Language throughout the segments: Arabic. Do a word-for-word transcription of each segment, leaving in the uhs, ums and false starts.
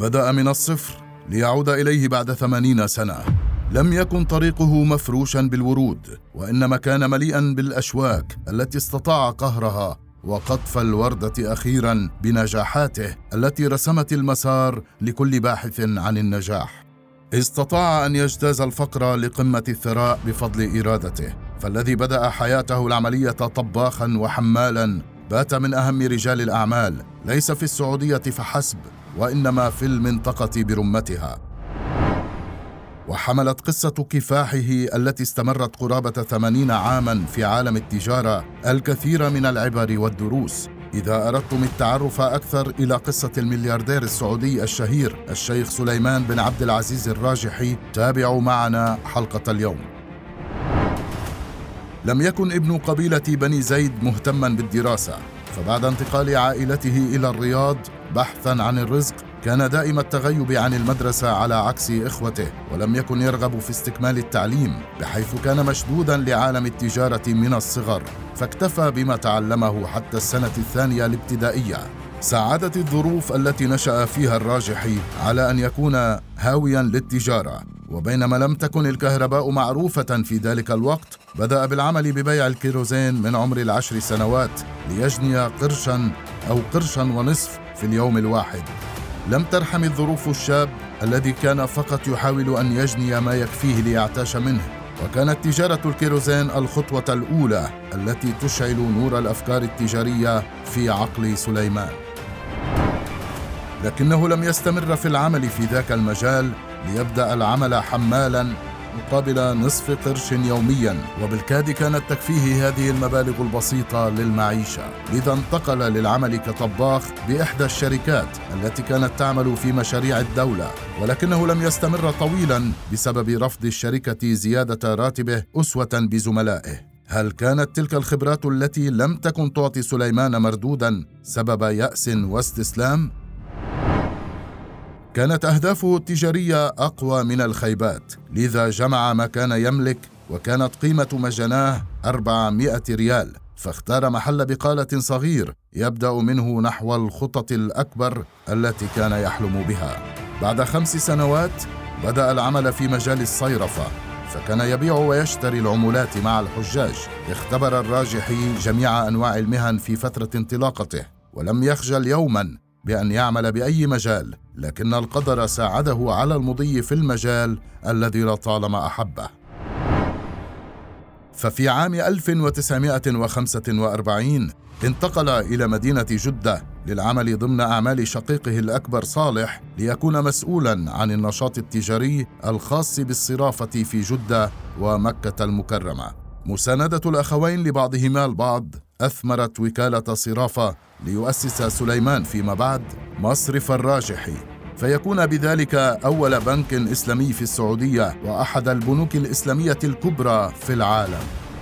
بدأ من الصفر ليعود إليه بعد ثمانين سنة. لم يكن طريقه مفروشا بالورود، وإنما كان مليئا بالأشواك التي استطاع قهرها وقطف الوردة أخيرا بنجاحاته التي رسمت المسار لكل باحث عن النجاح. استطاع أن يجتاز الفقر لقمة الثراء بفضل إرادته، فالذي بدأ حياته العملية طباخا وحمالا بات من أهم رجال الأعمال، ليس في السعودية فحسب وإنما في المنطقة برمتها. وحملت قصة كفاحه التي استمرت قرابة ثمانين عاما في عالم التجارة الكثير من العبر والدروس. إذا أردتم التعرف أكثر إلى قصة الملياردير السعودي الشهير الشيخ سليمان بن عبد العزيز الراجحي، تابعوا معنا حلقة اليوم. لم يكن ابن قبيلة بني زيد مهتما بالدراسة، فبعد انتقال عائلته إلى الرياض بحثا عن الرزق كان دائم التغيب عن المدرسة على عكس إخوته، ولم يكن يرغب في استكمال التعليم بحيث كان مشدودا لعالم التجارة من الصغر، فاكتفى بما تعلمه حتى السنة الثانية الابتدائية. ساعدت الظروف التي نشأ فيها الراجحي على أن يكون هاويا للتجارة، وبينما لم تكن الكهرباء معروفة في ذلك الوقت بدأ بالعمل ببيع الكيروزين من عمر العشر سنوات ليجني قرشا أو قرشا ونصف في اليوم الواحد. لم ترحم الظروف الشاب الذي كان فقط يحاول أن يجني ما يكفيه ليعتاش منه، وكانت تجارة الكيروزين الخطوة الأولى التي تشعل نور الأفكار التجارية في عقل سليمان. لكنه لم يستمر في العمل في ذاك المجال ليبدأ العمل حمالا مقابل نصف قرش يوميا، وبالكاد كانت تكفيه هذه المبالغ البسيطة للمعيشة، لذا انتقل للعمل كطباخ بإحدى الشركات التي كانت تعمل في مشاريع الدولة، ولكنه لم يستمر طويلا بسبب رفض الشركة زيادة راتبه أسوة بزملائه. هل كانت تلك الخبرات التي لم تكن تعطي سليمان مردودا سبب يأس واستسلام؟ كانت أهدافه التجارية أقوى من الخيبات، لذا جمع ما كان يملك، وكانت قيمة مجناه أربعمائة ريال، فاختار محل بقالة صغير يبدأ منه نحو الخطط الأكبر التي كان يحلم بها. بعد خمس سنوات بدأ العمل في مجال الصيرفة، فكان يبيع ويشتري العملات مع الحجاج. اختبر الراجحي جميع أنواع المهن في فترة انطلاقته، ولم يخجل يوما بأن يعمل بأي مجال، لكن القدر ساعده على المضي في المجال الذي لطالما أحبه. ففي عام ألف وتسعمائة وخمسة وأربعين انتقل إلى مدينة جدة للعمل ضمن أعمال شقيقه الأكبر صالح، ليكون مسؤولا عن النشاط التجاري الخاص بالصرافة في جدة ومكة المكرمة. مساندة الأخوين لبعضهما البعض أثمرت وكالة صرافة ليؤسس سليمان فيما بعد مصرف الراجحي، فيكون بذلك أول بنك إسلامي في السعودية وأحد البنوك الإسلامية الكبرى في العالم.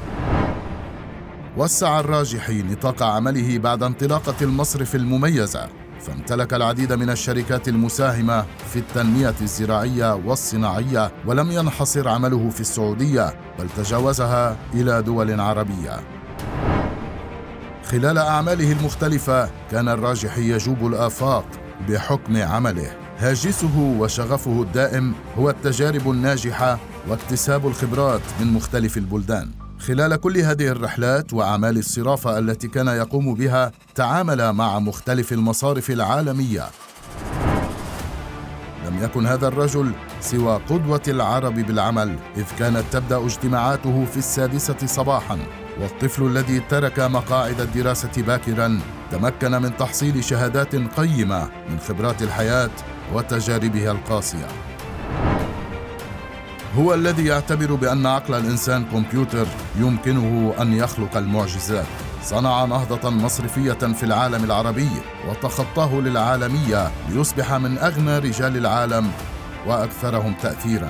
وسع الراجحي نطاق عمله بعد انطلاقة المصرف المميزة، فامتلك العديد من الشركات المساهمة في التنمية الزراعية والصناعية، ولم ينحصر عمله في السعودية بل تجاوزها إلى دول عربية. خلال أعماله المختلفة كان الراجحي يجوب الآفاق بحكم عمله. هاجسه وشغفه الدائم هو التجارب الناجحة واكتساب الخبرات من مختلف البلدان. خلال كل هذه الرحلات وأعمال الصرافة التي كان يقوم بها تعامل مع مختلف المصارف العالمية. لم يكن هذا الرجل سوى قدوة العرب بالعمل، إذ كانت تبدأ اجتماعاته في السادسة صباحاً، والطفل الذي ترك مقاعد الدراسة باكراً تمكن من تحصيل شهادات قيمة من خبرات الحياة وتجاربها القاسية. هو الذي يعتبر بأن عقل الإنسان كمبيوتر يمكنه أن يخلق المعجزات. صنع نهضة مصرفية في العالم العربي وتخطاه للعالمية ليصبح من أغنى رجال العالم وأكثرهم تأثيراً.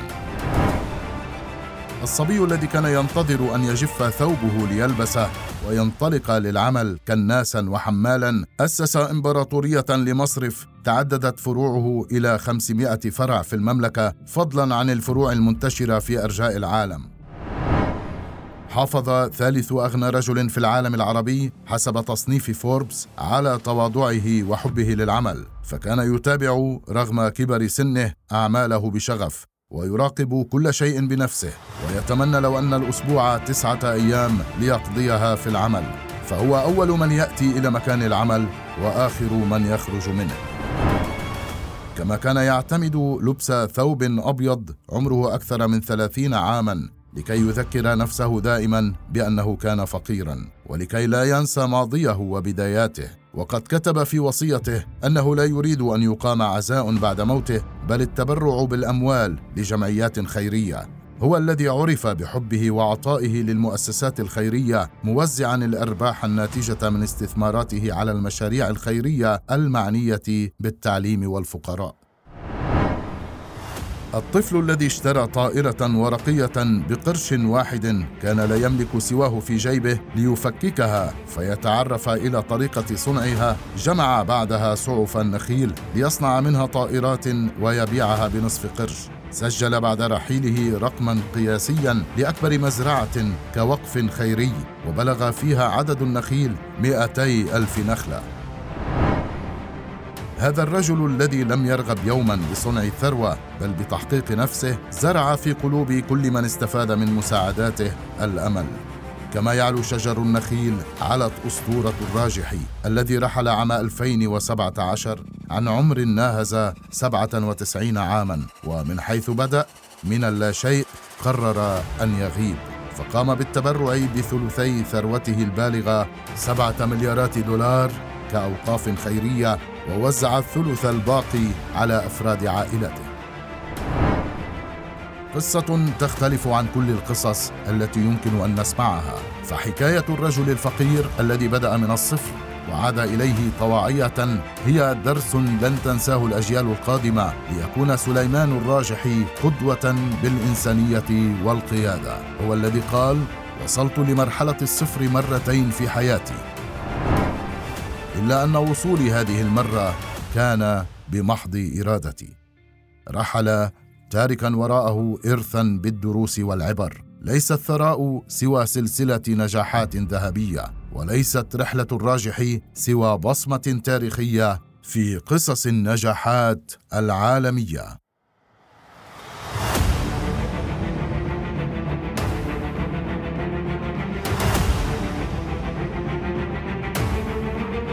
الصبي الذي كان ينتظر أن يجف ثوبه ليلبسه وينطلق للعمل كناسا وحمالا أسس إمبراطورية لمصرف تعددت فروعه إلى خمسمائة فرع في المملكة، فضلا عن الفروع المنتشرة في أرجاء العالم. حافظ ثالث أغنى رجل في العالم العربي حسب تصنيف فوربس على تواضعه وحبه للعمل، فكان يتابع رغم كبر سنه أعماله بشغف، ويراقب كل شيء بنفسه، ويتمنى لو أن الأسبوع تسعة أيام ليقضيها في العمل، فهو أول من يأتي إلى مكان العمل وآخر من يخرج منه. كما كان يعتمد لبس ثوب أبيض عمره أكثر من ثلاثين عاماً لكي يذكر نفسه دائماً بأنه كان فقيراً، ولكي لا ينسى ماضيه وبداياته. وقد كتب في وصيته أنه لا يريد أن يقام عزاء بعد موته، بل التبرع بالأموال لجمعيات خيرية. هو الذي عرف بحبه وعطائه للمؤسسات الخيرية، موزعاً الأرباح الناتجة من استثماراته على المشاريع الخيرية المعنية بالتعليم والفقراء. الطفل الذي اشترى طائرة ورقية بقرش واحد كان لا يملك سواه في جيبه ليفككها فيتعرف إلى طريقة صنعها، جمع بعدها صعف النخيل ليصنع منها طائرات ويبيعها بنصف قرش. سجل بعد رحيله رقما قياسيا لأكبر مزرعة كوقف خيري، وبلغ فيها عدد النخيل مئتي ألف نخلة. هذا الرجل الذي لم يرغب يوما بصنع الثروة بل بتحقيق نفسه، زرع في قلوب كل من استفاد من مساعداته الأمل. كما يعلو شجر النخيل علت أسطورة الراجحي الذي رحل عام ألفين وسبعة عشر عن عمر ناهز سبعة وتسعين عاما، ومن حيث بدأ من اللاشيء قرر أن يغيب، فقام بالتبرع بثلثي ثروته البالغة سبعة مليارات دولار كأوقاف خيرية، ووزع الثلث الباقي على أفراد عائلته. قصة تختلف عن كل القصص التي يمكن أن نسمعها، فحكاية الرجل الفقير الذي بدأ من الصفر وعاد إليه طواعية هي درس لن تنساه الأجيال القادمة، ليكون سليمان الراجحي قدوة بالإنسانية والقيادة. هو الذي قال: وصلت لمرحلة الصفر مرتين في حياتي، إلا أن وصولي هذه المرة كان بمحض إرادتي. رحل تاركا وراءه إرثا بالدروس والعبر. ليس الثراء سوى سلسلة نجاحات ذهبية، وليست رحلة الراجحي سوى بصمة تاريخية في قصص النجاحات العالمية.